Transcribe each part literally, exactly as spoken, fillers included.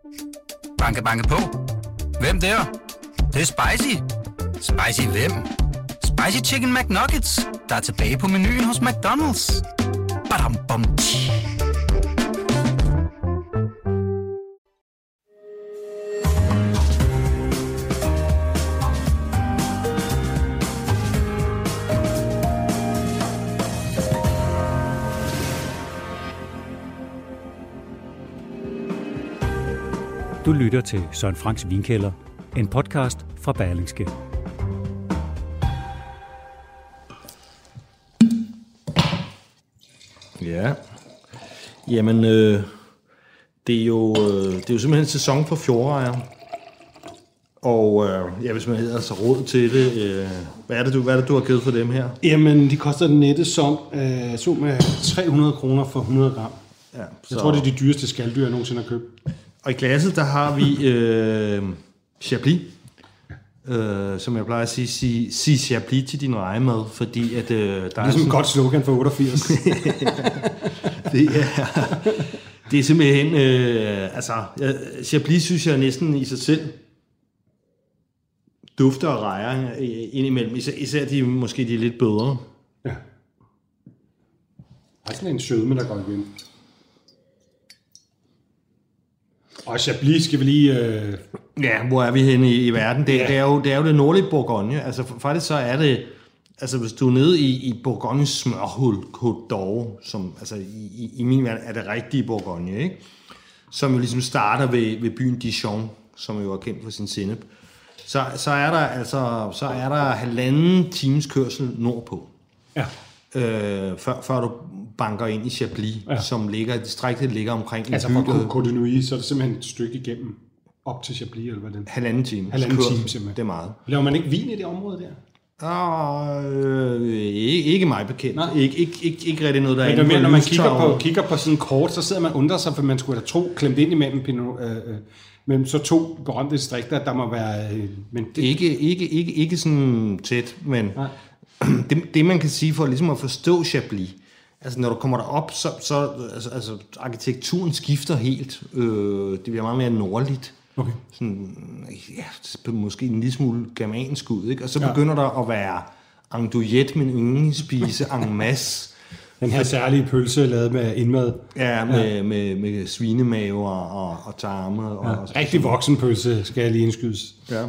Banke, banke på. Hvem der? Det, det er spicy. Spicy hvem? Spicy Chicken McNuggets, der er tilbage på menuen hos McDonald's. Badum, bom, tji. Du lytter til Søren Franks Vinkælder, en podcast fra Berlingske. Ja, jamen øh, det, er jo, øh, det er jo simpelthen en sæson for fjordrejer. Og øh, ja, hvis man hedder så råd til det, øh, hvad, er det, du, hvad er det, du har givet for dem her? Jamen, de koster den nette som, øh, så med tre hundrede kroner for hundrede gram. Ja, så... Jeg tror, det er de dyreste skalddyr, jeg nogensinde har købt. Og i glasset, der har vi øh, Chablis, øh, som jeg plejer at sige, sig, sig Chablis til din rejemad, fordi at øh, der er... Det er som et godt slogan for otteogfirs. det, er, det er simpelthen, øh, altså, Chablis synes jeg næsten i sig selv dufter og rejer indimellem, især, især de måske de er lidt bedre. Ja. Der er sådan en sødme, der går igen. Og Chablis skal vi lige... Øh... Ja, hvor er vi henne i, i verden? Det, ja. det, er jo, det er jo det nordlige Bourgogne. Altså faktisk så er det... Altså hvis du er nede i, i Bourgognes smørhul, Côte d'Or, som altså i, i, i min verden er det rigtige Bourgogne, ikke? Som jo ligesom starter ved, ved byen Dijon, som jo er kendt for sin sennep. Så, så er der altså så er der halvanden times kørsel nordpå. Ja. Øh, før, før du banker ind i Chablis, ja. Som ligger, distriktet ligger omkring... Altså fra Côte d'Or, så er det simpelthen et stykke igennem op til Chablis, eller hvad det er? Halvanden time. Halvanden time, simpelthen. Det er meget. Laver man ikke vin i det område der? Øh, ikke, ikke mig bekendt. Ikke, ikke, ikke, ikke rigtig noget, der er... Men når man kigger på, kigger på sådan en kort, så sidder man undrer sig, for man skulle have to klemt ind imellem Pinot... Øh, øh, men så to berømte distrikter, der må være... Øh, men det... ikke, ikke, ikke, ikke sådan tæt, men... Det, det man kan sige for ligesom at forstå Chablis, altså når du kommer derop, så, så altså, altså, arkitekturen skifter helt. Øh, det bliver meget mere nordligt. Okay. Sådan, ja, måske en lille smule germansk ud, ikke? Og så begynder ja. Der at være andouillette, min yndlingsspise, en masse. Den her særlige pølse lavet med indmad. Ja, med, ja. med, med, med svinemaver og, og tarme. Ja. Og, og rigtig voksenpølse, skal jeg lige indskydes. Ja.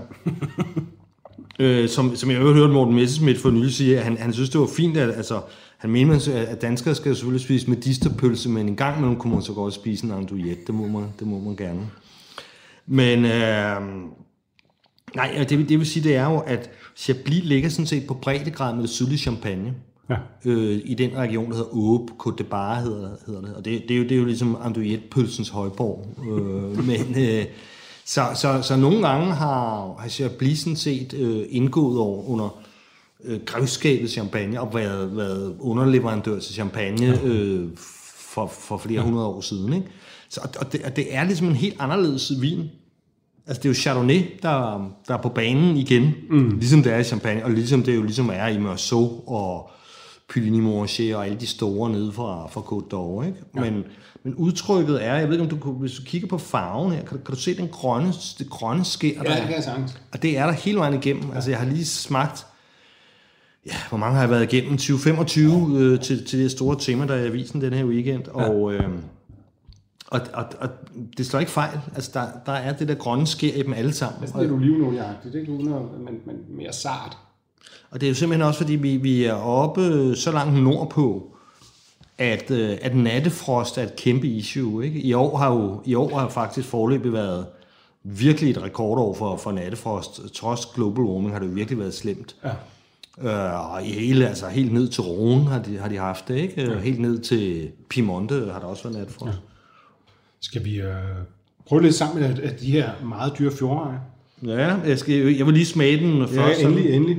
Øh, som, som jeg har hørt Morten Messerschmidt for nylig sige, at han, han synes, det var fint, at altså, han mener, at danskere skal selvfølgelig spise medisterpølse, men en gang imellem kunne man så godt spise en andouillette. Det må man, det må man gerne. Men øh, nej, det, det vil sige, det er jo, at Chablis ligger sådan set på breddegrad med det sydlige Champagne. Ja. Øh, I den region, der hedder Aube, Côte de Bar hedder, hedder det. Og det, det, er jo, det er jo ligesom andouillette-pølsens højborg. Øh, men... Øh, Så, så, så nogle gange har, har Chablis sådan set øh, indgået over under øh, grevskabet champagne og været, været underleverandør til champagne øh, for, for flere hundrede år siden. Ikke? Så, og, det, og det er ligesom en helt anderledes vin. Altså det er jo Chardonnay, der, der er på banen igen, mm. ligesom det er i champagne, og ligesom det jo ligesom er i Meursault og Puligny-Montrachet og alle de store nede fra, fra Côte d'Or. Ikke? Ja. Men, men udtrykket er, jeg ved ikke om du hvis du kigger på farven her, kan, kan du se den grønne, det grønne skær der? Ja, det kan jeg sagtens. Og det er der hele vejen igennem. Ja. Altså jeg har lige smagt, ja, hvor mange har jeg været igennem? tyve femogtyve ja. øh, til, til det store tema, der er i avisen den her weekend. Ja. Og, øh, og, og, og det slår ikke fejl. Altså der, der er det der grønne skær i dem alle sammen. Altså det er olivenolieagtigt, det er ikke men, men mere sart. Og det er jo simpelthen også, fordi vi, vi er oppe så langt nordpå, at, at nattefrost er et kæmpe issue. Ikke? I år har jo i år har faktisk foreløbig været virkelig et rekordår for, for nattefrost. Trods global warming har det jo virkelig været slemt. Ja. Øh, og i hele, altså helt ned til Rhône har de, har de haft det. Ikke? Ja. Helt ned til Piemonte har der også været nattefrost. Ja. Skal vi øh, prøve lidt sammen med at de her meget dyre fjordrejer? Ja, jeg, skal, jeg vil lige smage den først. Ja, endelig, endelig.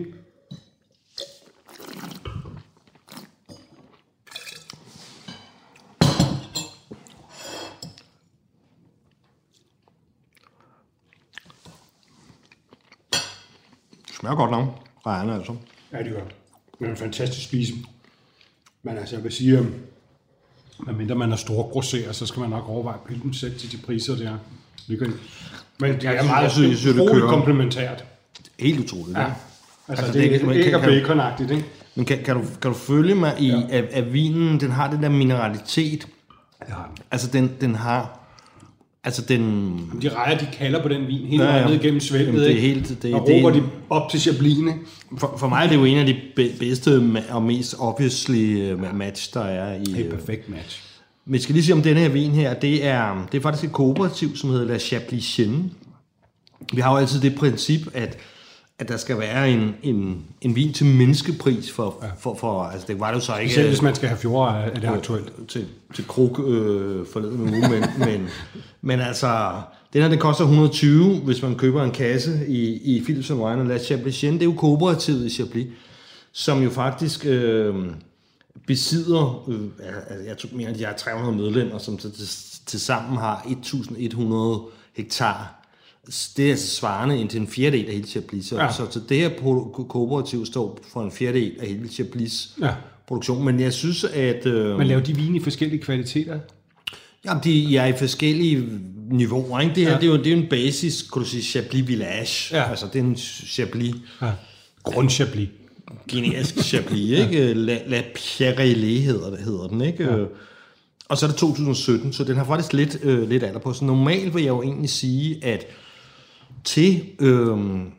Smager godt nok, rejerne altså. Ja, det gør. Det er en fantastisk spise. Men altså, jeg vil sige, medmindre man er storgrosserer, så skal man nok overveje Pilsen selv til de priser der. Vi kan, men det er Jeg meget synes, jeg synes, det utroligt kører. komplementært. Helt utroligt, Ja. ja. Altså, Altså, det, det- det man er kan- ikke kan- baconagtigt, ikke? Men kan, kan, du, kan du følge mig i, Ja. ja. at, at vinen, den har den der mineralitet? Ja. Altså, den, den har... Altså, den... De rejer, de kalder på den vin hele Ja, vejen ja. ned gennem svælget, Jamen, det er ikke? helt- det- og det er råber en- de op til Chablis'ene. For, for mig er det jo en af de be- bedste ma- og mest obviously uh, match, der er i... Det er uh, et perfekt match. Men jeg skal lige sige om denne her vin her, det er, det er faktisk et kooperativ, som hedder La Chablicienne. Vi har jo altid det princip, at, at der skal være en, en, en vin til menneskepris for, ja. for, for, altså det var det jo så ikke... Selv hvis man skal have fjorder, er det aktuelt. Til, til krog øh, forleden uge, men, men, men altså, den her, det koster et hundrede og tyve, hvis man køber en kasse i, i Philips and Wine. Og La Chablicienne, det er jo kooperativet i Chablis, som jo faktisk... Øh, besidder, øh, jeg, jeg tror, mener, de har tre hundrede medlemmer, som til, til sammen har et tusind et hundrede hektar. Det er altså svarende til en fjerdedel af hele Chablis. Så, Ja. så, så det her ko- kooperativ står for en fjerdedel af hele Chablis Ja. produktion. Men jeg synes, at... Øh, Man laver de vine i forskellige kvaliteter. jamen, de er i forskellige niveauer. Ikke? Det her, Ja. ja. det, er jo, det er jo en basis, kan du sige, Chablis Village. Ja. Altså, det er en Chablis... Ja. Grund Chablis. Generisk Chablis, ikke? La, La Pierrellet hedder, det, hedder den, ikke? Ja. Og så er det to tusind sytten, så den har faktisk lidt, øh, lidt alder på. Så normalt vil jeg jo egentlig sige, at til øh,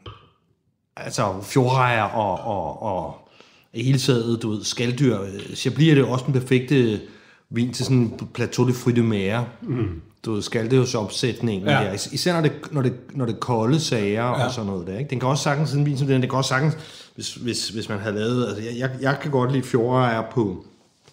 altså fjordrejer og, og, og i hele taget, du ved, skalddyr, øh, Chablis er det jo også den perfekte vin til sådan en plateau de fruits de mer. Mm. Du ved, skaldyrsopsætningen Ja. der. Is- Især når det, når det, når det er kolde sager ja. og sådan noget der. Ikke? Den kan også sagtens, sådan en vin som den, det kan også sagtens, hvis, hvis, hvis man havde lavet, altså jeg, jeg, jeg kan godt lide fjordrejer på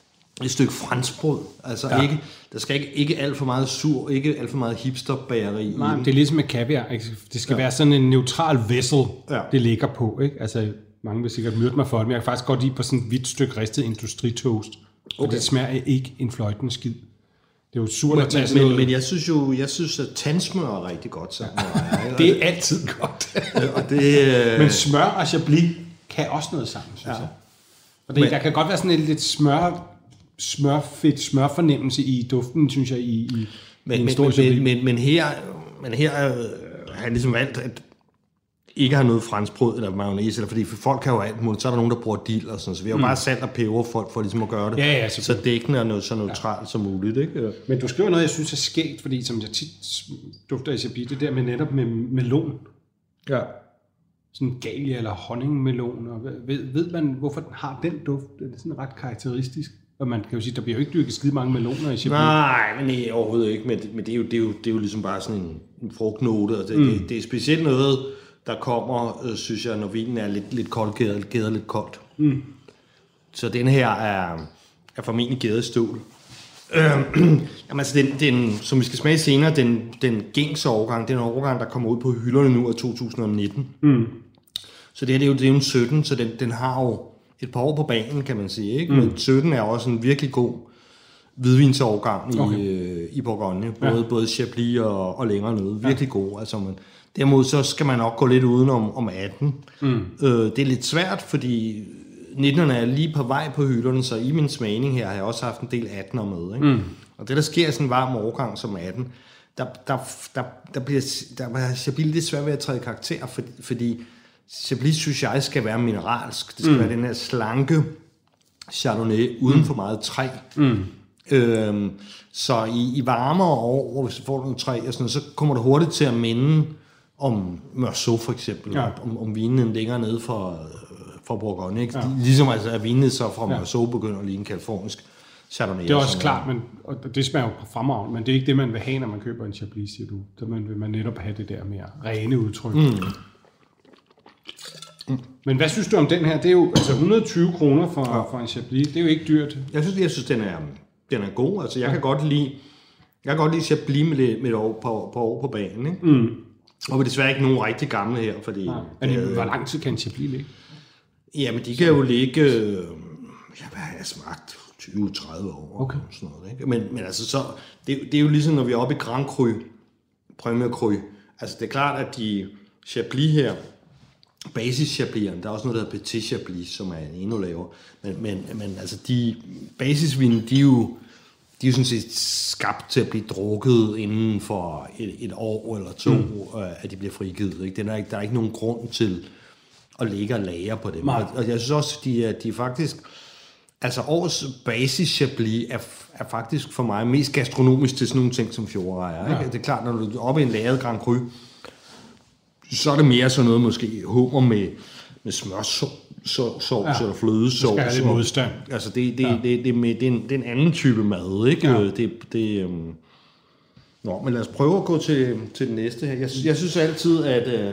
et stykke franskbrød. Altså Ja. ikke, der skal ikke, ikke alt for meget sur, ikke alt for meget hipsterbageri i Nej, den. det er ligesom med kaviar. Ikke? Det skal ja. være sådan en neutral vessel, Ja. det ligger på. Ikke? Altså, mange vil sikkert myrde mig for det, men jeg kan faktisk godt lide på sådan et hvidt stykke ristet industritoast. Og Okay. det smager ikke en fløjtende skid. Det er jo surt Men, at tage men, sådan men, noget. men jeg synes jo, jeg synes, at tandsmør er rigtig godt sammen med rejer. Det er altid godt. og det, øh, Men smør og chablis kan også noget sammen, synes ja. jeg. Og det, Men- der kan godt være sådan en lidt smør, smørfedt, smørfornemmelse i duften, synes jeg, i, i, i Men, en men, stor men, chablis. men, men, men her, men her øh, har jeg ligesom valgt, at ikke have noget franskbrød eller mayonnaise, eller fordi for folk kan jo alt muligt, så er der nogen, der bruger dild og sådan, så vi har jo mm. bare salt og peber folk for ligesom at gøre det, Ja, ja, så dækkende er noget så neutralt ja. som muligt, ikke? Men du skriver noget, jeg synes er skægt, fordi som jeg tit dufter i chablis, det der med netop med melon. Ja. Sådan galia eller honningmelon. Og ved, ved man, hvorfor den har den duft? Det er sådan ret karakteristisk. Og man kan jo sige, der bliver jo ikke dyrket skide mange meloner i chablis. Nej, men nej, overhovedet ikke, men, det, men det, er jo, det, er jo, det er jo ligesom bare sådan en, en frugtnote, og det, mm. det, det er specielt noget, der kommer, øh, synes jeg, når vinen er lidt, lidt kold, gæder, gæder lidt koldt. Mm. Så den her er, er formentlig gædet stål. Øh, jamen altså, den, den, som vi skal smage senere, den, den gængse årgang, den årgang, der kommer ud på hylderne nu af to tusind nitten. Mm. Så det her, det er jo, det er jo en sytten, så den, den har jo et par år på banen, kan man sige. Ikke? Mm. Men sytten er også en virkelig god hvidvinsårgang Okay. i, øh, i Bourgogne. Både, ja. både Chablis og, og længere nede. Virkelig ja. god. Altså, man, derimod så skal man nok gå lidt udenom om atten. Mm. Øh, det er lidt svært, fordi nitterne er lige på vej på hylderne, så i min smagning her har jeg også haft en del attener med. Ikke? Mm. Og det, der sker i sådan en varm årgang som atten, der, der, der, der bliver der bliver Chablis lidt svært ved at træde karakter, fordi, fordi Chablis, synes jeg, skal være mineralsk. Det skal mm. være den her slanke Chardonnay, uden mm. for meget træ. Mm. Øhm, så i, i varmere år, hvis du får noget træ, og sådan, så kommer det hurtigt til at minde om Meursault for eksempel, ja. om, om vinen længere nede fra, fra Bourgogne. Ikke? Ja. Ligesom altså, at vinen så fra ja. Meursault begynder at ligne kalifornisk Chardonnay. Det er også klart, men, og det smager jo fremragende, men det er ikke det, man vil have, når man køber en Chablis, siger du. Der vil man netop have det der mere rene udtryk. Mm. Mm. Men hvad synes du om den her? Det er jo altså et hundrede og tyve kroner for, ja. for en Chablis. Det er jo ikke dyrt. Jeg synes, jeg synes den, er, den er god. Altså, jeg ja. kan godt lide, jeg kan godt lide Chablis med, det, med et år på, på år på banen. Ikke? Mm. Og vi er desværre ikke nogen rigtig gamle her, fordi... Ja. Men det, hvor lang tid kan en Chablis ligge? Jamen, de kan jo ligge... Øh, ja, hvad har jeg smagt? tyve til tredive år. Okay. Sådan noget, ikke? Men, men altså, så, det, det er jo ligesom, når vi er oppe i Grand Cru, Premier Cru. Altså, det er klart, at de Chablis her, basis Chablis'erne, der er også noget, der hedder Petit Chablis, som er endnu lavere. Men, men, men altså, de basisvine, de er jo, de er jo sådan set skabt til at blive drukket inden for et, et år eller to, mm. at de bliver frigivet. Ikke? Der, er ikke, der er ikke nogen grund til at ligge og lagre på dem. Og, og jeg synes også, de er, de er faktisk... Altså årets basis Chablis er, er faktisk for mig mest gastronomisk til sådan nogle ting som fjordrejer. Ja. Det er klart, når du er oppe i en lagret Grand Cru, så er det mere sådan noget måske hummer med, med smørsovs så, så, ja. eller flødesovs. Det skal have lidt modstand. Altså det, det, ja. det, det, det, med, det, er en, det er en anden type mad, ikke? Ja. Det, det, um... Nå, men lad os prøve at gå til, til det næste her. Jeg, jeg synes altid, at... Uh,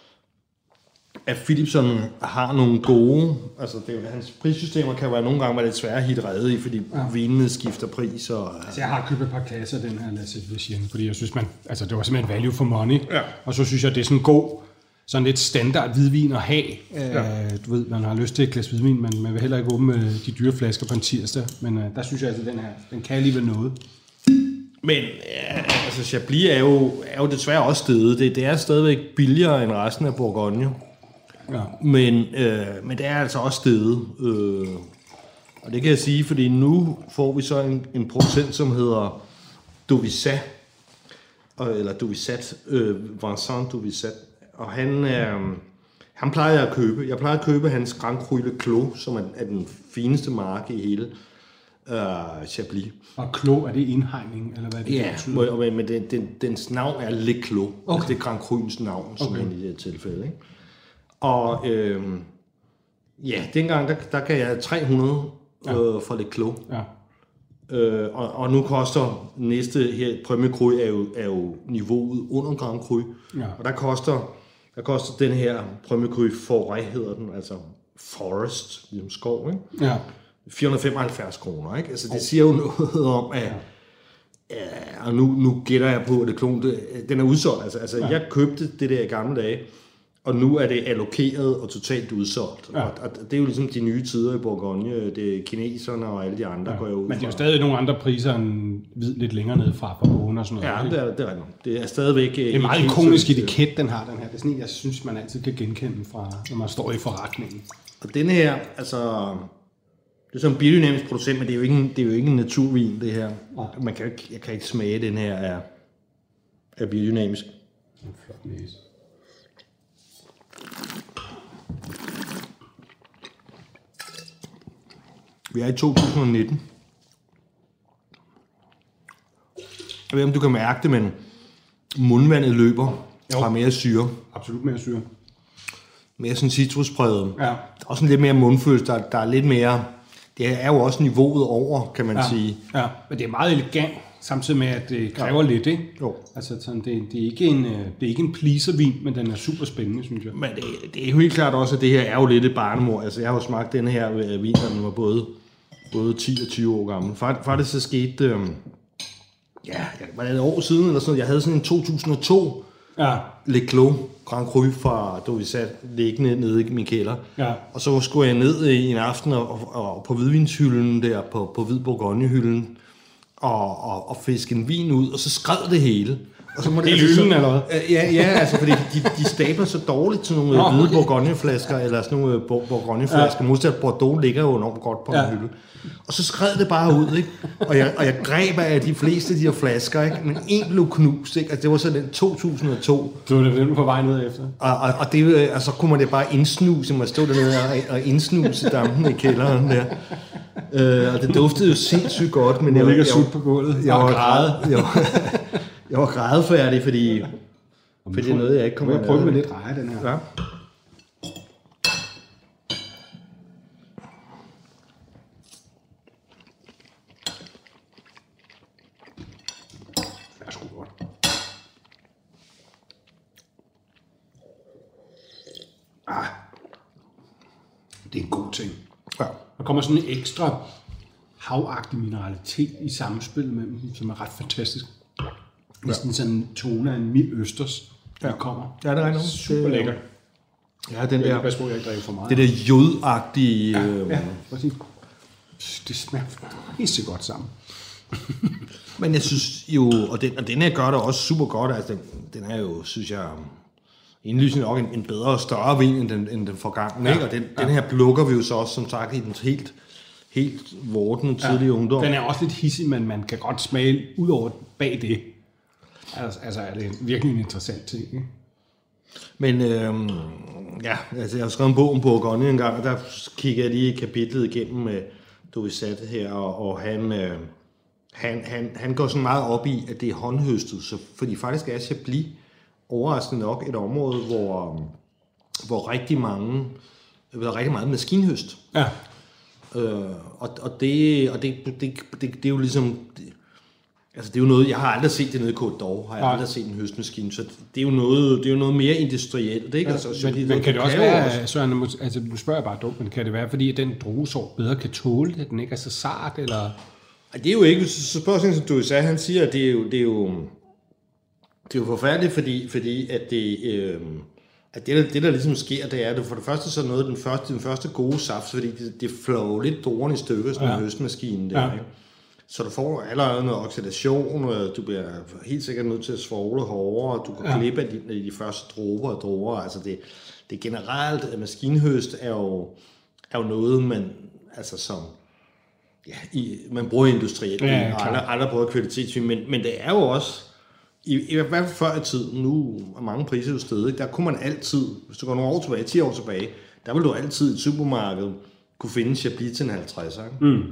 at Philipson har nogle gode, altså det er jo, hans prissystemer kan være nogle gange være lidt svære at hitte redde i, fordi ja. vinene skifter pris. Og, altså jeg har købt et par kasser af den her La Cévisienne, fordi jeg synes, man, altså det var simpelthen value for money, ja. Og så synes jeg, det er sådan god, sådan lidt standard hvidvin at have. Ja. Uh, du ved, man har lyst til et glas hvidvin, men man vil heller ikke åbne de dyre flasker på en tirsdag, men uh, der synes jeg altså, den her, den kan alligevel noget. Men ja, altså Chablis er jo, er jo desværre også steget. Det, det er stadigvæk billigere end resten af Bourgogne. Ja. Men, øh, men det er altså også steget. Øh, og det kan jeg sige, fordi nu får vi så en, en producent, som hedder Duvissat, eller Duvissat, øh, Vincent Duvissat. Og han, øh, han plejer jeg at købe. Jeg plejer at købe hans Grand Cru Le Clos, som er, er den fineste marke i hele øh, Chablis. Og Clos, er det indhegning, eller hvad er det? Ja, det men, men den, den, dens navn er Le Clos. Okay. Altså det er Grand Cruens navn, som okay. i det her tilfælde, ikke? Og øh, ja, dengang, der, der gav jeg tre hundrede ja. øh, for Le Clos. Ja. Øh, og, og nu koster næste her, Premier Cru er jo, er jo niveauet under Grand Cru. Ja. Og der koster, der koster den her Premier Cru Forêt, hedder den, altså Forest, ligesom skov, ikke? Ja. fire hundrede og femoghalvfjerds kroner, ikke? Altså det siger jo noget om, at ja. Ja, og nu, nu gætter jeg på, at Le Clos, den er udsolgt. Altså, altså ja. jeg købte det der i gamle dage, og nu er det allokeret og totalt udsolgt. Ja. Og, og det er jo ligesom de nye tider i Bourgogne. Det er kineserne og alle de andre ja. går jo ud. Men det er jo stadig nogle andre priser end lidt længere ned fra Bourgogne og sådan noget. Ja, det er, det er rigtigt. Det er stadigvæk... Det er en meget ikonisk etiket, den har, den her. Det er sådan en, jeg synes, man altid kan genkende fra, når man står i forretningen. Og denne her, altså... Det er som en biodynamisk producent, men det er jo ikke en, det er jo ikke en naturvin, det her. Ja. Man kan ikke, jeg kan ikke smage, den her er, er biodynamisk. En flot næse. Vi er i to tusind nitten. Jeg ved ikke, om du kan mærke det, men mundvandet løber fra mere syre. Absolut mere syre. Mere sådan citruspræget. Ja. Der er også en lidt mere mundfølelse, der, der er lidt mere... Det er jo også niveauet over, kan man ja. sige. Ja, men det er meget elegant, samtidig med, at det kræver ja. lidt, ikke? Jo. Altså, sådan, det, det, er ikke en, det er ikke en pleaservin, men den er super spændende, synes jeg. Men det, det er jo helt klart også, at det her er jo lidt et barnemor. Altså, jeg har jo smagt den her vin, da den var både, både ti og tyve år gammel. Faktisk så skete... Øh, ja, var det et år siden eller sådan noget? Jeg havde sådan en to tusind og to ja. Le Clos Grand Cru fra Duvissat liggende nede i min kælder. Ja. Og så skulle jeg ned i en aften og, og, og på hvidvinshylden der, på, på hvid Bourgogne-hylden, og, og, og fiske en vin ud, og så skred det hele. Og så må det, det altså, hylden, eller hvad? Ja, ja, altså fordi de, de stabler så dårligt til nogle Nå, hvide okay. Bourgogne-flasker, eller sådan nogle Bourgogne-flasker. Ja. Modsat Bordeaux ligger jo enormt godt på ja. en hylde. Og så skred det bare ud, ikke? Og jeg, og jeg greb af de fleste af de her flasker, ikke? Men en blev knust, ikke? Altså, det var så den to tusind og to. Du var den på vej ned efter. Og, og, og, det, og så kunne man det bare indsnuse, man stod dernede og, og indsnuse dampen i kælderen der. Øh, og det duftede jo sindssygt godt, men jeg, jeg, jeg, på gulvet. jeg var græde. Jeg var, jeg var grædefærdig, fordi, fordi det er noget, jeg ikke kommer til at prøve med lidt reje, den her. Ja. Ah, det er en god ting. Ja. Der kommer sådan en ekstra havagtig mineralitet i samspillet mellem dem, som er ret fantastisk. Næsten ja. sådan en tone af en mild østers, der ja. kommer. Ja, det er rigtig super lækker. Ja, den der, pas på, jeg ikke drikker for meget. Det der jodagtige... Ja, øh, ja. Det smager helt så godt sammen. Men jeg synes jo, og den, og den her gør det også super godt, altså den, den er jo, synes jeg, indlysende nok en, en bedre og større vin, end den, end den forgangne, ja, ikke? Og den, ja. den her plukker vi jo så også, som sagt, i den helt, helt vorten tidlig ja, ungdom. Den er også lidt hissig, men man kan godt smage ud over bag det. Altså, altså er det virkelig en interessant ting, ikke? Men øhm, ja, altså jeg har skrevet en bog om Bourgogne en gang, og der kigger jeg lige kapitlet igennem med Douiset her, og, og han, øh, han, han, han går sådan meget op i, at det er håndhøstet, så, fordi faktisk er Chablis overraskende nok et område, hvor, hvor rigtig mange, der er rigtig meget maskinhøst. Ja. Øh, og, og, det, og det, det, det, det, det er jo ligesom... Det, altså det er jo noget, jeg har aldrig set det nede i Côte d'Or, har jeg aldrig set en høstmaskine, så det er jo noget, det er jo noget mere industrielt, ikke? Ja, altså, men, det, men kan det også være, også. Søren, altså du spørger bare dumt, men kan det være, fordi den druesort bedre kan tåle det, at den ikke er så sart, eller? Det er jo ikke, så spørger sådan, som du sagde, han siger, at det er jo, det er jo, det er jo forfærdeligt, fordi, fordi at det, øh, at det, der, det der ligesom sker, det er, at for det første så noget den første, den første gode saft, fordi det, det flår lidt druerne i stykker, sådan ja. en høstmaskine der, ja. ikke? Så du får allerede noget oxidation, og du bliver helt sikkert nødt til at svogle hårdere, og du kan ja. klippe af de, de første dråber og druer. Altså det, det generelt, at maskinhøst er jo, er jo noget, man, altså som, ja, i, man bruger industrielt, ja, ja, og andre, andre bruger kvalitetsvin, men, men det er jo også, i, i hvert fald før i tiden, nu er mange priser jo stedet, der kunne man altid, hvis du går nogle år tilbage, ti år tilbage, der ville du altid i et supermarked kunne finde Chablis til en halvtredser. Mm.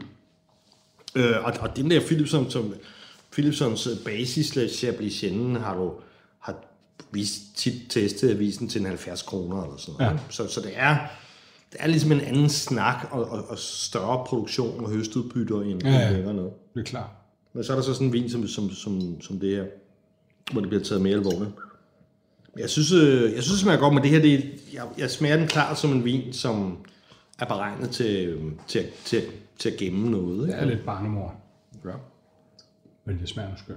Øh, og, og den der Philipson, som Philipsons basis Chablis har du har vist, tit testet avisen til en halvfjerds kroner eller sådan noget. Ja. Så, så det er det er ligesom en anden snak og, og, og større produktion og høstudbytter end ja, ja. længere noget. Det er klart. Men så er der så sådan en vin som, som, som, som det her, hvor det bliver taget mere alvorligt. Jeg synes, jeg synes det smager godt, men det her, det, jeg, jeg smager den klart som en vin, som er beregnet til, til, til, til at gemme noget. Ikke? Det er lidt barnemor. Ja. Men det smager skønt.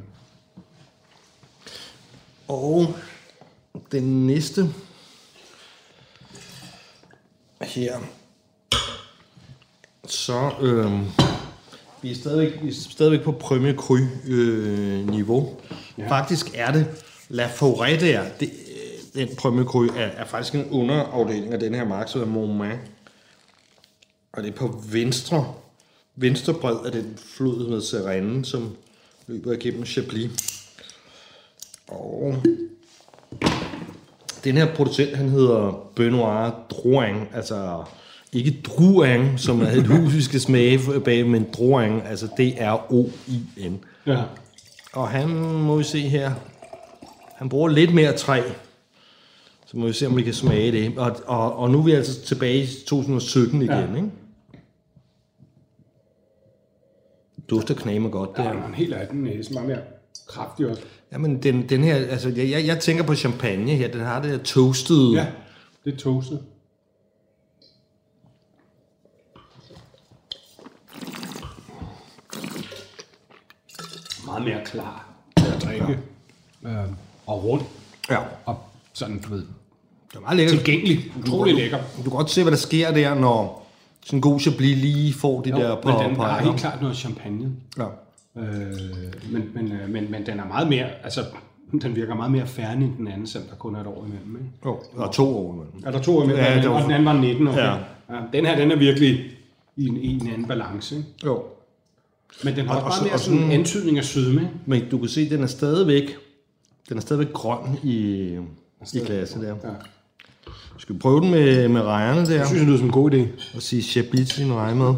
Og den næste her, så øh, vi er stadigvæk, vi er stadigvæk på Premier Cru øh, niveau. Ja. Faktisk er det La Forêt der, det, den Premier Cru er, er faktisk en underafdeling af den her mark, som er Montmand. Og det er på venstre, venstre bred af den flod med Sereine, som løber igennem Chablis. Og den her producent, han hedder Benoit Drouin, altså ikke Drouin, som er et hus, vi skal smage bag, men Drouin, altså D R O I N. Ja. Og han, må vi se her, han bruger lidt mere træ, så må vi se, om vi kan smage det. Og, og, og nu er vi altså tilbage i to tusind og sytten igen, ja. Ikke? Dufter knamer godt. Der er en helt af den næse, meget mere kraftig også. Jamen, den, den her, altså, jeg, jeg tænker på champagne her, den har det der toasted. Ja, det er toastet. Meget mere klar til at drikke. Ja. Øh, og rundt. Ja. Og sådan, du ved, det er meget lækkert. Tilgængelig. Utrolig lækker. Du kan godt se, hvad der sker der, når sådan en god Chablis lige får de jo, der på. Men den har helt klart noget champagne. Ja. Øh, men, men, men, men den er meget mere, altså den virker meget mere færdig end den anden, selvom der kun er et år imellem. Ikke? Jo, der er to år imellem. Er der to år imellem, ja, og, var... og den anden var nitten. Okay. Ja. Ja, den her, den er virkelig i en, i en anden balance. Ikke? Jo. Men den har og, også bare mere sådan en antydning af sødme. Men du kan se, den er stadigvæk, den er stadigvæk grøn i, i glasset der. Ja. Skal vi prøve den med, med rejerne der? Jeg synes, det lyder som en god idé. Og sige Chablis til sin rejemad.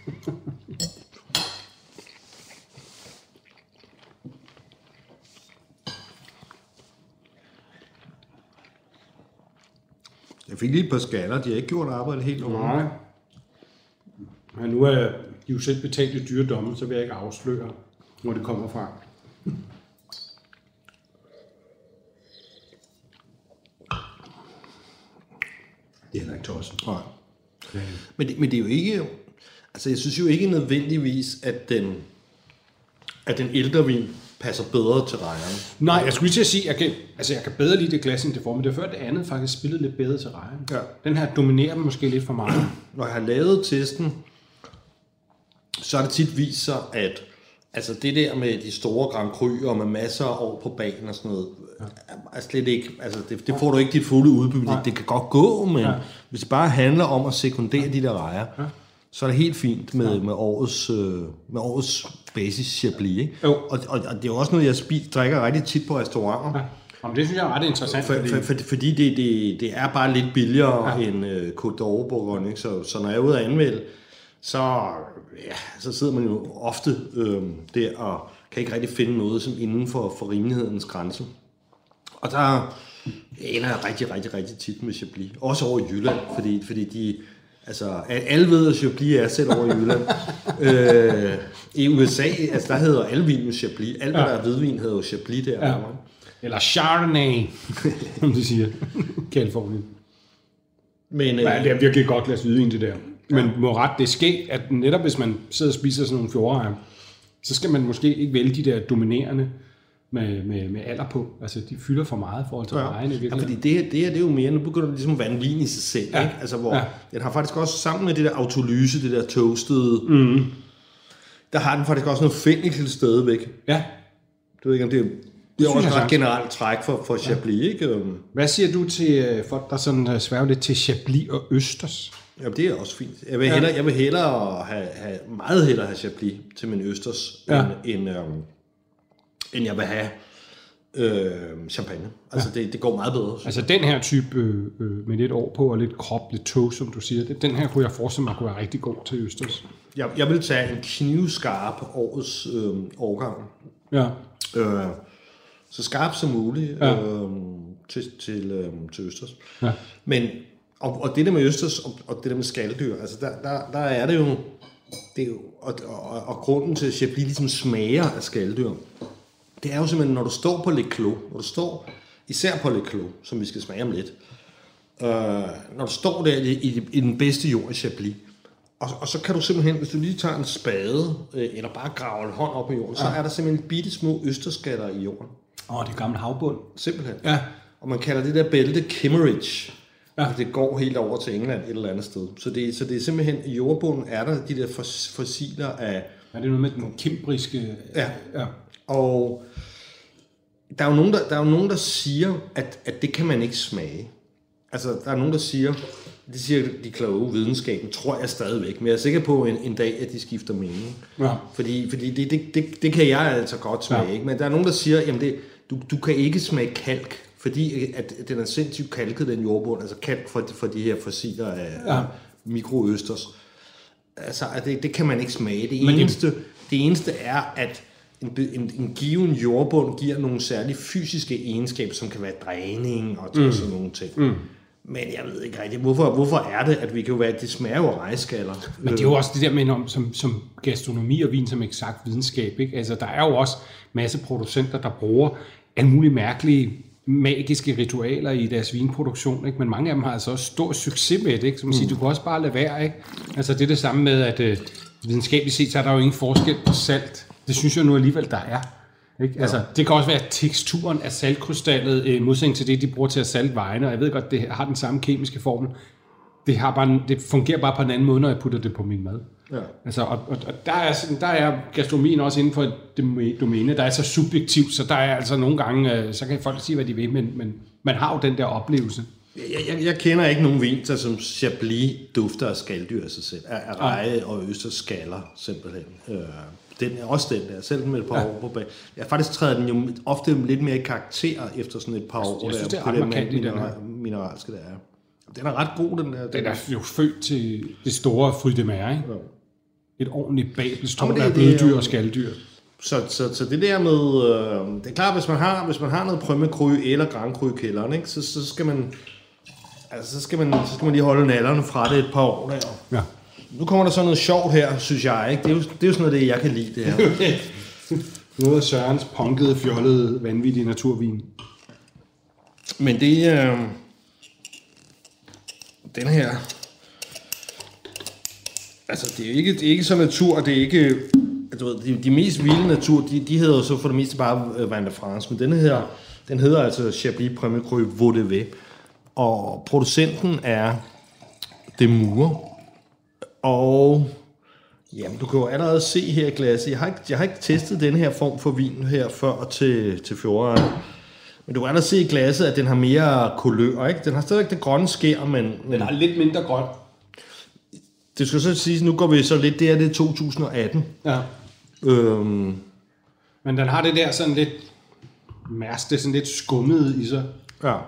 Jeg fik lige et par skaller. De har ikke gjort arbejdet helt over. Nej. Men nu er de jo selv betalt i dyre domme, så vil jeg ikke afsløre, hvor det kommer fra. Det er heller ikke tosset. Nej. Okay. Men, det, men det er jo ikke... Altså, jeg synes jo ikke nødvendigvis, at den, at den ældre vin passer bedre til rejerne. Nej, jeg skulle lige til at sige, at jeg kan, altså, jeg kan bedre lide det glas, end det får, men det er før det andet faktisk spillet lidt bedre til rejerne. Ja. Den her dominerer måske lidt for meget. Når jeg har lavet testen, så er det tit vist sig, at altså det der med de store Grand Cru og med masser af år på banen og sådan noget, ja. er slet ikke, altså det, det får du ikke dit fulde udbytte. Det kan godt gå, men ja. hvis det bare handler om at sekundere de der rejer, ja. så er det helt fint med, med årets, øh, med årets basis Chablis, ikke? Jo. Og, og, og det er jo også noget, jeg spiser, drikker rigtig tit på restauranter. Ja. Jamen, det synes jeg er ret interessant. For, fordi for, for, fordi det, det, det er bare lidt billigere ja. end øh, Côte d'Or Bourgogne, ikke? Så, så når jeg er ude at anmelde, så, ja, så sidder man jo ofte øh, der og kan ikke rigtig finde noget som inden for, for rimelighedens grænse. Og der ender jeg rigtig, rigtig, rigtig tit med Chablis. Også over i Jylland, fordi, fordi de... Altså, alle ved, at Chablis er selv over i Jylland. øh, I U S A, altså der hedder alle vin med Chablis. Alt, hvad ja. der er hvidvin, hedder jo Chablis der. Ja. Eller Chardonnay, som de siger. Kalifornien. Men, øh, ja, det er virkelig godt glas hvidvin, det der. Men ja. må ret, det sker, at netop hvis man sidder og spiser sådan nogle fjorder, så skal man måske ikke vælge de der dominerende med, med, med alder på. Altså, de fylder for meget i forhold til ja. ejerne. Ja, fordi det her, det her, det er jo mere, nu begynder det ligesom at vande vin i sig selv, ja. ikke? Altså, hvor ja. den har faktisk også sammen med det der autolyse, det der toastede, mm. der har den faktisk også noget fennikel stadigvæk. Ja. Du ved ikke, om det er... Det er også et ret generelt træk for, for Chablis, ja. ikke? Hvad siger du til folk, der sådan sværger lidt til Chablis og østers? Ja, det er også fint. Jeg vil hellere, jeg vil hellere have, have, meget hellere have Chablis til min østers, ja. end, end, øhm, end jeg vil have øh, champagne. Altså, ja. det, det går meget bedre. Altså, den her type øh, med lidt år på og lidt krop, lidt toast, som du siger, den her kunne jeg forestille mig kunne være rigtig god til østers. Jeg, jeg vil tage en knivskarp årets øh, årgang. Ja. Øh, så skarp som muligt ja. øh, til, til, øh, til østers. Ja. Men, og, og det der med østers og, og det der med skaldyr, altså der, der, der er det jo, det er jo og, og, og grunden til, at Chablis ligesom smager af skaldyr, det er jo simpelthen, når du står på Le Clos, når du står, især på Le Clos, som vi skal smage om lidt, øh, når du står der i, i, i den bedste jord i Chablis, og, og så kan du simpelthen, hvis du lige tager en spade, øh, eller bare graver en hånd op i jorden, ja. så er der simpelthen bitte små østerskatter i jorden. Åh, oh, det er gammel havbund. Simpelthen. Ja. Og man kalder det der bælte Kimmeridge. Ja. Det går helt over til England et eller andet sted. Så det, så det er simpelthen, i jordbunden er der de der fossiler af... Ja, det er noget med den kimbriske... Ja. ja. Og der er jo nogen, der, der, er jo nogen, der siger, at, at det kan man ikke smage. Altså, der er nogen, der siger... Det siger de kloge videnskaben, tror jeg stadigvæk. Men jeg er sikker på en, en dag, at de skifter mening. Ja. Fordi, fordi det, det, det, det kan jeg altså godt smage. Ja. Ikke? Men der er nogen, der siger, at du, du kan ikke smage kalk, fordi at den er sindssygt kalket, den jordbund. Altså kalk for, for de her fossiler af ja. mikroøsters. Altså, det, det kan man ikke smage. Det eneste, det eneste er, at en, en, en given jordbund giver nogle særlige fysiske egenskaber, som kan være dræning og mm. sådan nogle ting. Mm. Men jeg ved ikke rigtigt, hvorfor, hvorfor er det, at vi kan jo være, at det smager jo af rejskaller. Men det er jo også det der med, om, som, som gastronomi og vin som eksakt videnskab, ikke? Altså, der er jo også masse producenter, der bruger alle mulige mærkelige, magiske ritualer i deres vinproduktion, ikke? Men mange af dem har altså også stor succes med det, ikke? Som man siger, mm. du kan også bare lade være, ikke? Altså, det er det samme med, at øh, videnskabeligt set, så er der jo ingen forskel på salt. Det synes jeg nu alligevel, der er. Ikke? Altså, det kan også være teksturen af saltkrystallet, i modsætning til det, de bruger til at salte vejene, og jeg ved godt, det har den samme kemiske formel. Det, har bare, det fungerer bare på en anden måde, når jeg putter det på min mad. Ja. Altså, og, og, og der, er, der er gastronomien også inden for et domæne, der er så subjektivt, så der er altså nogle gange, så kan folk sige, hvad de vil, men, men man har jo den der oplevelse. Jeg, jeg, jeg kender ikke nogen vin, der som Chablis dufter af skaldyr af sig selv, af, af reje ja. og østerskaller simpelthen. Øh. Den er også den der, selv med et par ja. år på bag. Jeg faktisk træder den jo ofte lidt mere i karakter efter sådan et par jeg, år. Jeg synes, der, det er ret markant i den her. Mineralske der er. Den er ret god, den der. Den, den er jo født til det store Fruit de Mer, ikke? Ja. Et ordentligt babelstorm af det, bløddyr og skaldyr. Så, så, så det der med, øh, det er klart, hvis man har, hvis man har noget Premier Cru eller Grand Cru i kælderen, ikke, så, så, skal man, altså, så, skal man, så skal man lige holde nallerne fra det et par år der. Ja. Nu kommer der så noget sjovt her, synes jeg, ikke? Det er jo, det er jo sådan noget, det jeg kan lide, det her. Noget af Sørens punkede, fjollede, vanvittige naturvin. Men det er... Øh, den her... Altså, det er ikke, det er ikke så natur, det er ikke... Du ved, de, de mest vilde natur, de, de hedder jo så for det meste bare Vin de France, men denne her, den hedder altså Chablis Premier Cru Vaudevet. Og producenten er Demure. Og jamen, du kan jo allerede se her i glasset. Jeg har ikke, jeg har ikke testet den her form for vin her før til, til fjorten. Men du kan allerede se i glasset, at den har mere kulør, ikke? Den har stadigvæk det grønne skær, men... Den er lidt mindre grøn. det skal så sige, nu går vi så lidt der, det er to tusind og atten. Ja. Øhm. Men den har det der sådan lidt mærst, det er sådan lidt skummet i sig. Ja. Ja,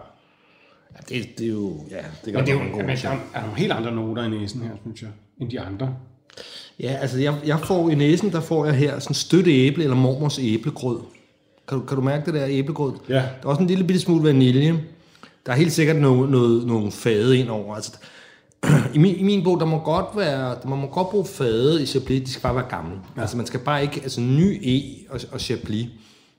det, det er jo... Ja, det Men det er jo men der er nogle helt andre noter i næsen her, synes jeg, end de andre. Ja, altså jeg, jeg får i næsen, der får jeg her sådan støtte æble eller mormors æblegrød. Kan du, kan du mærke det der æblegrød? Ja. Der er også en lille bitte smule vanilje. Der er helt sikkert noget, noget, nogle fade ind over. Altså, i, min, I min bog, der må godt være, der må man godt bruge fade i Chablis, de skal bare være gamle. Ja. Altså man skal bare ikke, altså ny E og, og Chablis,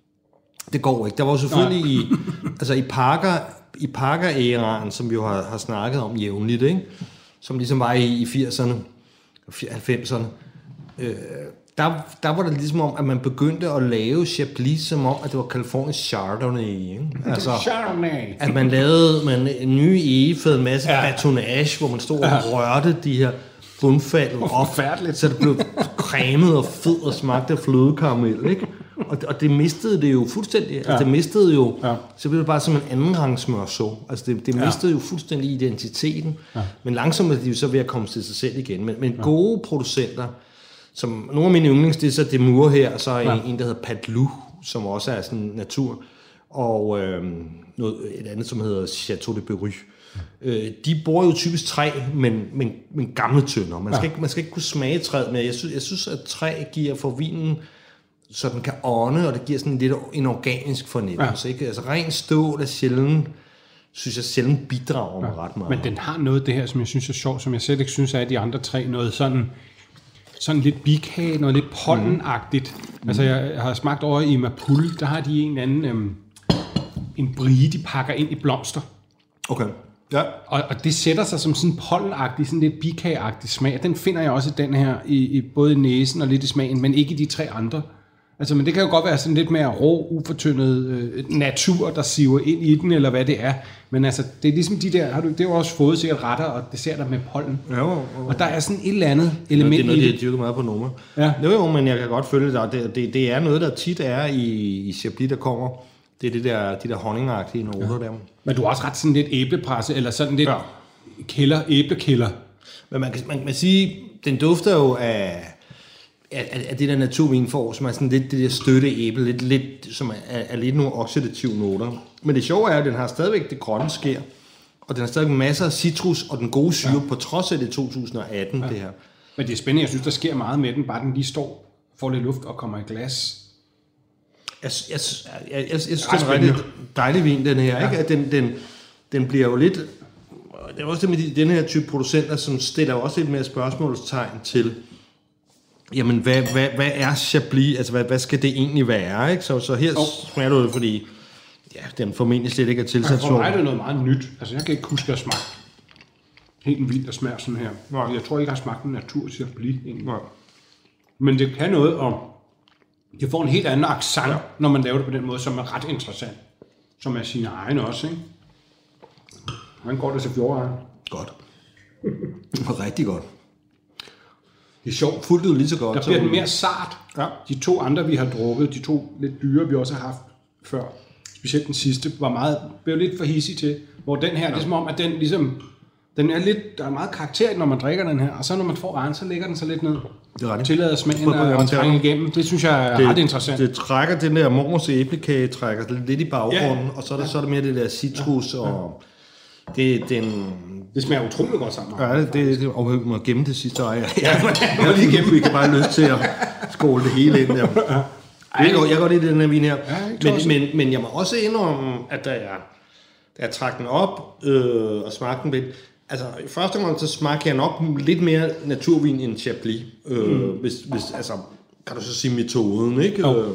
det går ikke. Der var selvfølgelig i, altså i Parker, i Parker-æraen, som vi jo har, har snakket om jævnligt, ikke? Som ligesom var i, i firserne, halvfemserne, øh, der, der var det ligesom om, at man begyndte at lave Chablis, som om, at det var California Chardonnay, ikke? Altså, Chardonnay. At man lavede man, en ny egefad, en masse ja. batonage, hvor man stod og ja. rørte de her bundfald op, så det blev cremet og fed og smagte af flødekaramel, ikke? Og, og det mistede det jo fuldstændig. Ja. Altså det mistede jo, ja. så blev det bare som en anden rang smørså. Altså det, det mistede ja. jo fuldstændig identiteten. Ja. Men langsomt er de jo så ved at komme til sig selv igen. Men, men ja. gode producenter, som nogle af mine yndlings, det er så Demure her, og så ja. en, en, der hedder Patlou, som også er sådan natur, og øh, noget, et andet, som hedder Chateau de Beru. Øh, de bruger jo typisk træ, men, men, men gamle tønder. Man skal, ja. ikke, man skal ikke kunne smage træet, men jeg synes, jeg synes at træ giver for vinen, så den kan ånde, og det giver sådan lidt en organisk fornemmelse. Ja. Ikke? Altså ren stål er sjældent, synes jeg sjældent bidrager med ja. ret meget. Men den har noget det her, som jeg synes er sjovt, som jeg selv ikke synes er de andre tre, noget sådan, sådan lidt bikage, noget lidt pollenagtigt. Mm. Altså jeg har smagt over i Mapul, der har de en anden, øhm, en brie, de pakker ind i blomster. Okay. Ja. Og, og det sætter sig som sådan pollenagtig, sådan lidt bikageagtig smag. Den finder jeg også i den her, i, i både i næsen og lidt i smagen, men ikke i de tre andre. Altså, men det kan jo godt være sådan lidt mere rå, ufortyndet øh, natur, der siver ind i den, eller hvad det er. Men altså, det er ligesom de der, har du, det er jo også fået sikkert retter og desserter med pollen. Jo, jo, jo. Og der er sådan et eller andet element i det. Det er noget, de har dyrket meget på Noma. Ja. Jo, jo, men jeg kan godt følge det. Det, det, det er noget, der tit er i, i Chablis, der kommer. Det er det der, de der honningagtige noter ja. der. Men du har også ret sådan lidt æblepresse, eller sådan lidt ja. kælder, æblekælder. Men man kan, man kan sige, den dufter jo af... Af, af det der naturvin får, som er sådan lidt det der støtte æble, lidt, lidt, som er, er lidt nogle oxidative noter. Men det sjove er, at den har stadigvæk det grønne skær, og den har stadigvæk masser af citrus og den gode syre, ja. på trods af det to tusind og atten, ja. det her. Men det er spændende, jeg synes, der sker meget med den, bare den lige står, får lidt luft og kommer i glas. Jeg, jeg, jeg, jeg, jeg synes, det er en rigtig dejlig vin, den her. Ja. Ikke? At den, den, den bliver jo lidt... Det er også det med de, den her type producenter, som stiller også lidt mere spørgsmålstegn til... Jamen, hvad, hvad, hvad er Chablis? Altså, hvad, hvad skal det egentlig være? Ikke? Så, så her oh. smager du det, fordi ja, den formentlig slet ikke er tilsat. For mig er det noget meget nyt. Altså, jeg kan ikke huske at smage helt vildt at smage sådan her. Nej. Jeg tror ikke, jeg har smagt en natur Chablis egentlig. Nej. Men det kan noget, og det får en helt anden accent, ja. når man laver det på den måde, som er ret interessant. Som er sin egen også, ikke? Hvordan går det til fjordejen? Godt. Det var rigtig godt. Det er sjovt. Fuldt ud lige så godt. Der bliver den mere sart. Ja. De to andre, vi har drukket, de to lidt dyre, vi også har haft før, specielt den sidste, var meget, blev lidt for hissig til. Hvor den her, ja. det er som om, at den ligesom, den er lidt, der er meget karakter, når man drikker den her, og så når man får egen, så ligger den så lidt ned. Det er ret. Tillader smagen at trænge igennem. Det synes jeg er det, ret interessant. Det trækker den der mormors æblekage, trækker lidt i baggrunden, ja. og så er, det, så er det mere det der citrus ja. og... Det, den, det smager utroligt godt sammen. Ja, det, det, det og vi må gemme det sidste øje. Ja, jeg må lige gemme, vi kan bare lyst til at skåle det hele ind der. Ja. Jeg går, jeg går lidt i den her vin her. Ja, men, men, men jeg må også indrømme, at da jeg, da jeg trak den op øh, og smagte den lidt, altså i første gang så smagte jeg nok lidt mere naturvin end Chablis. Øh, mm. hvis, hvis, altså, kan du så sige metoden, ikke? Oh.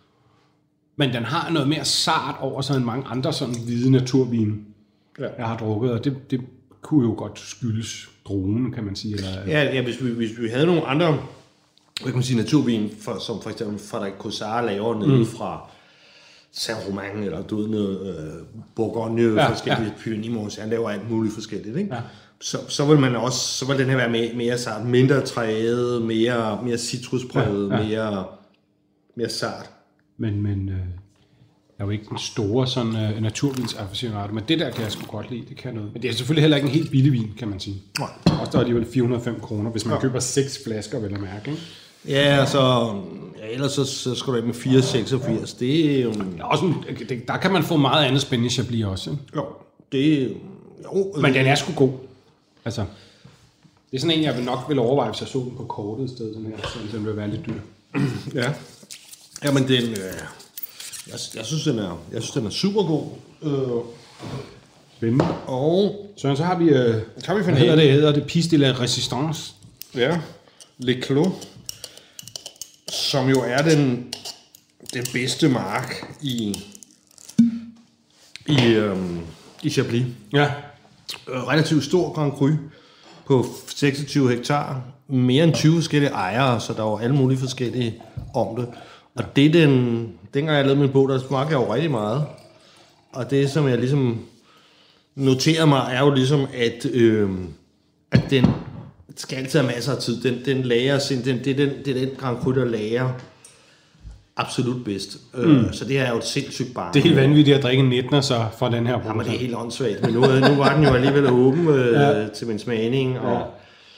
Men den har noget mere sart over sådan mange andre sådan hvide naturvine. Ja. Jeg har drukket, og det, det kunne jo godt skyldes druen, kan man sige. Eller... Ja, ja hvis, vi, hvis vi havde nogle andre, hvad kan man sige, naturvin, for, som for eksempel Frederik Cossard laver nede mm. fra Saint-Romain, eller du ved noget, øh, Bourgogne, ja, forskellige ja. Pyrenimons, han laver alt muligt forskelligt, ikke? Ja. Så, så vil man også, så vil den her være mere, mere sart, mindre træet, mere, mere citruspræget, ja, ja. mere, mere sart. Men, men øh, Jeg er jo ikke den store sådan uh, naturvinsaficionado, men det der kan jeg sgu godt lide, det kan noget. Men det er selvfølgelig heller ikke en helt billig vin, kan man sige. Nej. Også der er alligevel fire hundrede og fem kroner, hvis man ja. køber seks flasker, vel at mærke, ikke? Ja, altså, ja, ellers så, så skal du have med fire komma seksogfirs. Det er jo... Der, er også en, det, der kan man få meget andet spændende Chablis også, ikke? Jo, det er jo... Men den er sgu god. Altså, det er sådan en, jeg vil nok vil overveje, hvis jeg så den på kortet i stedet, den her, så den vil være lidt dyr. Ja. Jamen, den... Øh, jeg, jeg, synes, den er, jeg synes, den er super god. Øh, Spændende. Og... Så, så har vi... Øh, så har vi hvad hedder det? Hedder det Piste de la Resistance? Ja. Le Clos. Som jo er den, den bedste mark i, i, øhm, i Chablis. Ja. Øh, relativt stor Grand Cru på seksogtyve hektar. Mere end tyve forskellige ejere, så der var alle mulige forskellige om det. Og det den, dengang jeg lavede min bog, der smagte jeg jo rigtig meget. Og det, som jeg ligesom noterer mig, er jo ligesom, at, øh, at den skal altid have masser af tid. Den, den lager, den, det, er den, det er den Grand Cru, der lager absolut bedst. Mm. Øh, så det her er jo et sindssygt barn. Det er helt vanvittigt at drikke en nitner så fra den her produkt. Jamen, det er helt åndssvagt. Men nu, nu var den jo alligevel åben øh, ja. til min smagning. Og, ja.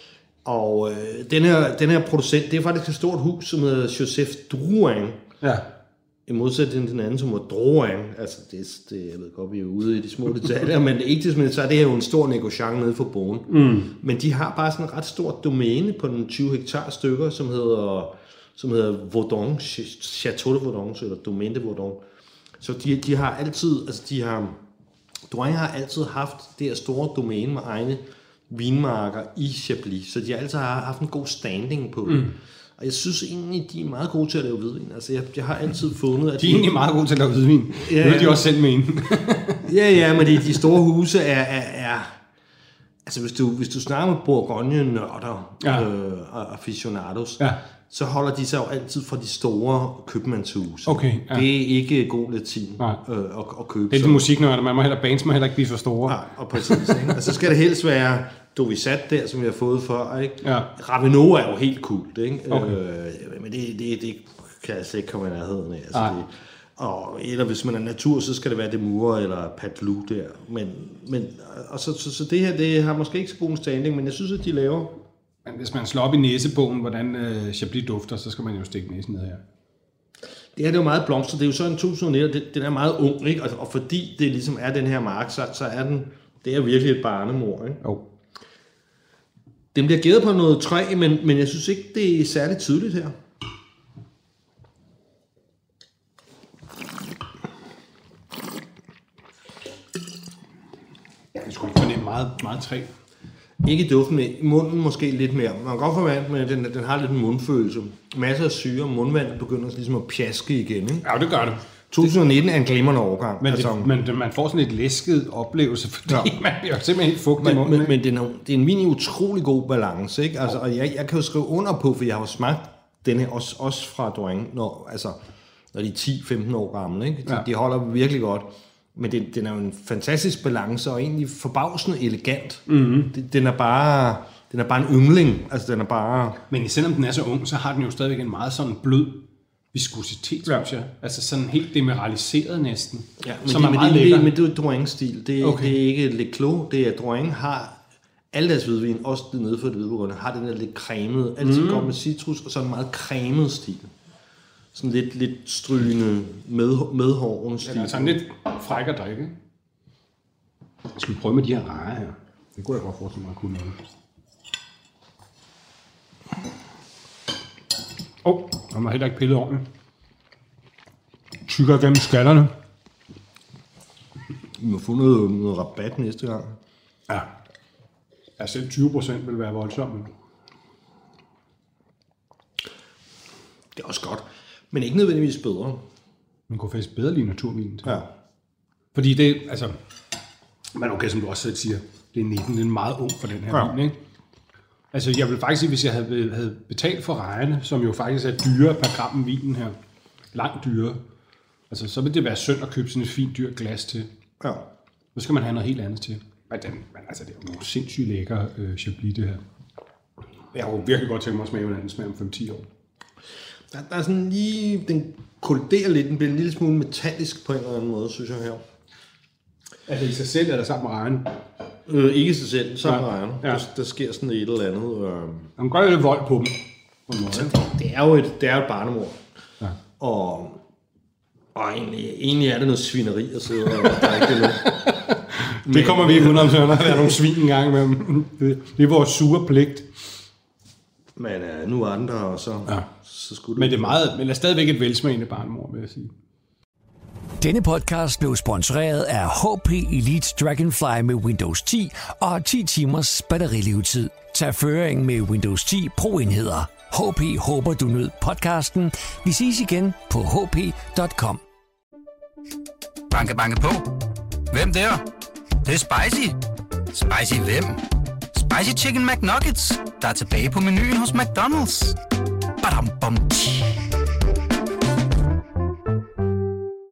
og øh, den, her, den her producent, det er faktisk et stort hus, som hedder Joseph Drouin. Ja. I modsætning til den anden, som var Drouin. Altså, det, det, jeg ved godt, vi er ude i de små detaljer, men ikke det, men så er det her jo en stor negociant nede for Beaune. Mm. Men de har bare sådan en ret stort domæne på den tyve hektar stykker, som hedder, som hedder Vaudon, Chateau de Vaudon, eller Domaine de Vaudon. Så de, de har altid, altså de har, Drouin har altid haft det her store domæne med egne vinmarker i Chablis, så de har altid haft en god standing på det. Mm. Og jeg synes egentlig, de er meget gode til at lave hvidvin. Altså, jeg, jeg har altid fundet, at de er de, egentlig meget gode til at lave hvidvin. Ja, det er de også selv mene. ja, ja, men de, de store huse er, er, er... Altså, hvis du, hvis du snakker med Bourgogne-nørder ja. øh, og aficionados, ja. så holder de sig jo altid fra de store købmandshuse. Okay, ja. Det er ikke god latin øh, at, at købe. Det er de musiknørder, man må heller, bands må heller ikke blive for store. Nej, og præcis. Ikke? Og så skal det helst være Dovisat der, som vi har fået før, ikke? Ja. Ravenot er jo helt kult, ikke? Okay. Øh, men det, det, det kan jeg slet ikke komme i nærheden af. Altså, det, og, eller hvis man er natur, så skal det være Demure eller Patlou der. Men, men, og så, så, så det her, det har måske ikke så god en standing, men jeg synes, at de laver... Men hvis man slår op i næsebogen, hvordan øh, Chablis dufter, så skal man jo stikke næsen ned her. Det her det er jo meget blomster. Det er jo så en to tusind nitten, det, den er meget ung, ikke? Og, og fordi det ligesom er den her mark, så, så er den... Det er virkelig et barnemor, ikke? Jo. Den bliver gæret på noget træ, men, men jeg synes ikke, det er særligt tydeligt her. Jeg skulle ikke fornemme meget, meget træ. Ikke duften med. I munden måske lidt mere. Man kan godt forvente, men den, den har lidt en mundfølelse. Masser af syre, mundvandet begynder ligesom at pjaske igen. Ikke? Ja, det gør det. to tusind nitten er en glimrende overgang. Men, altså, det, men man får sådan et læsket oplevelse, fordi ja. man bliver simpelthen helt fugtig i munden. Men, men det, er, det er en vin i utrolig god balance. Ikke? Altså, og jeg, jeg kan jo skrive under på, for jeg har jo smagt den her også, også fra Drouin, når, altså, når de er ti femten år gamle. Ikke? De, ja. de holder virkelig godt. Men det, den er jo en fantastisk balance, og egentlig forbavsende elegant. Mm-hmm. Det, den er bare... Den er bare en yngling. Altså, den er bare... Men selvom den er så ung, så har den jo stadigvæk en meget sådan blød viskositet, ja. synes jeg. Altså sådan helt demineraliseret næsten. Ja, men som det, er meget lækker. Men det er jo Drouin-stil. Det, okay. det er ikke Le Clos. Det er Drouin har... Alle deres hvidvin, også det nede for det hvidvin, har den der lidt cremede. Altid mm. går med citrus, og så en meget cremet stil. Sådan lidt, lidt strygende med, medhårende stil. Ja, altså en lidt fræk at drikke. Skal vi prøve med de her rejer her? Det kunne jeg godt forestille mig at kunne noget. Åh, oh, han har heller ikke pillet ordentligt. Tykker gennem skallerne. Vi må få noget, noget rabat næste gang. Ja. Ja, selv tyve procent vil være voldsomt. Det er også godt. Men ikke nødvendigvis bedre. Man kunne faktisk bedre lide naturvin. Ja. Fordi det, altså... Men okay, som du også selv siger, det er nitten, det er meget ung for den her ja. vin, ikke? Altså, jeg vil faktisk sige, hvis jeg havde, havde betalt for rejerne, som jo faktisk er dyre per gram vinen her, langt dyre, altså, så vil det være synd at købe sådan et fint dyrt glas til. Ja. Så skal man have noget helt andet til. Men, den, men altså, det er jo nogle sindssygt lækker øh, Chablis, det her. Jeg har jo virkelig godt tænkt mig at smage, hvordan den smager om fem til ti år. Der, der er sådan lige, den kolliderer lidt, den bliver en lille smule metallisk på en eller anden måde, synes jeg her. Altså i sig selv, eller sammen med ejeren? Øh, ikke i sig selv, sammen med Ja. ejeren. Ja. Der, der sker sådan et eller andet. Øh... Han gør jo lidt vold på dem. På Det er jo et, det er et barnemord. Ja. Og, og egentlig, egentlig er det noget svineri at sidde og der er ikke noget. Men, det kommer vi ikke udenom, så der er nogle svin en gang med dem. Det, det er vores sure pligt. Men uh, nu er den der, og så, ja. så skulle du... Men det er meget, men det er stadigvæk et velsmagende barnemord, vil jeg sige. Denne podcast blev sponsoreret af H P Elite Dragonfly med Windows ti og ti timers batterilevetid. Tag føring med Windows ti Pro-enheder. H P håber, du nød podcasten. Vi ses igen på h p punktum com. Banke, banke på. Hvem der? Det, det er spicy. Spicy hvem? Spicy Chicken McNuggets, der er tilbage på menuen hos McDonald's. Badum, bom, tji.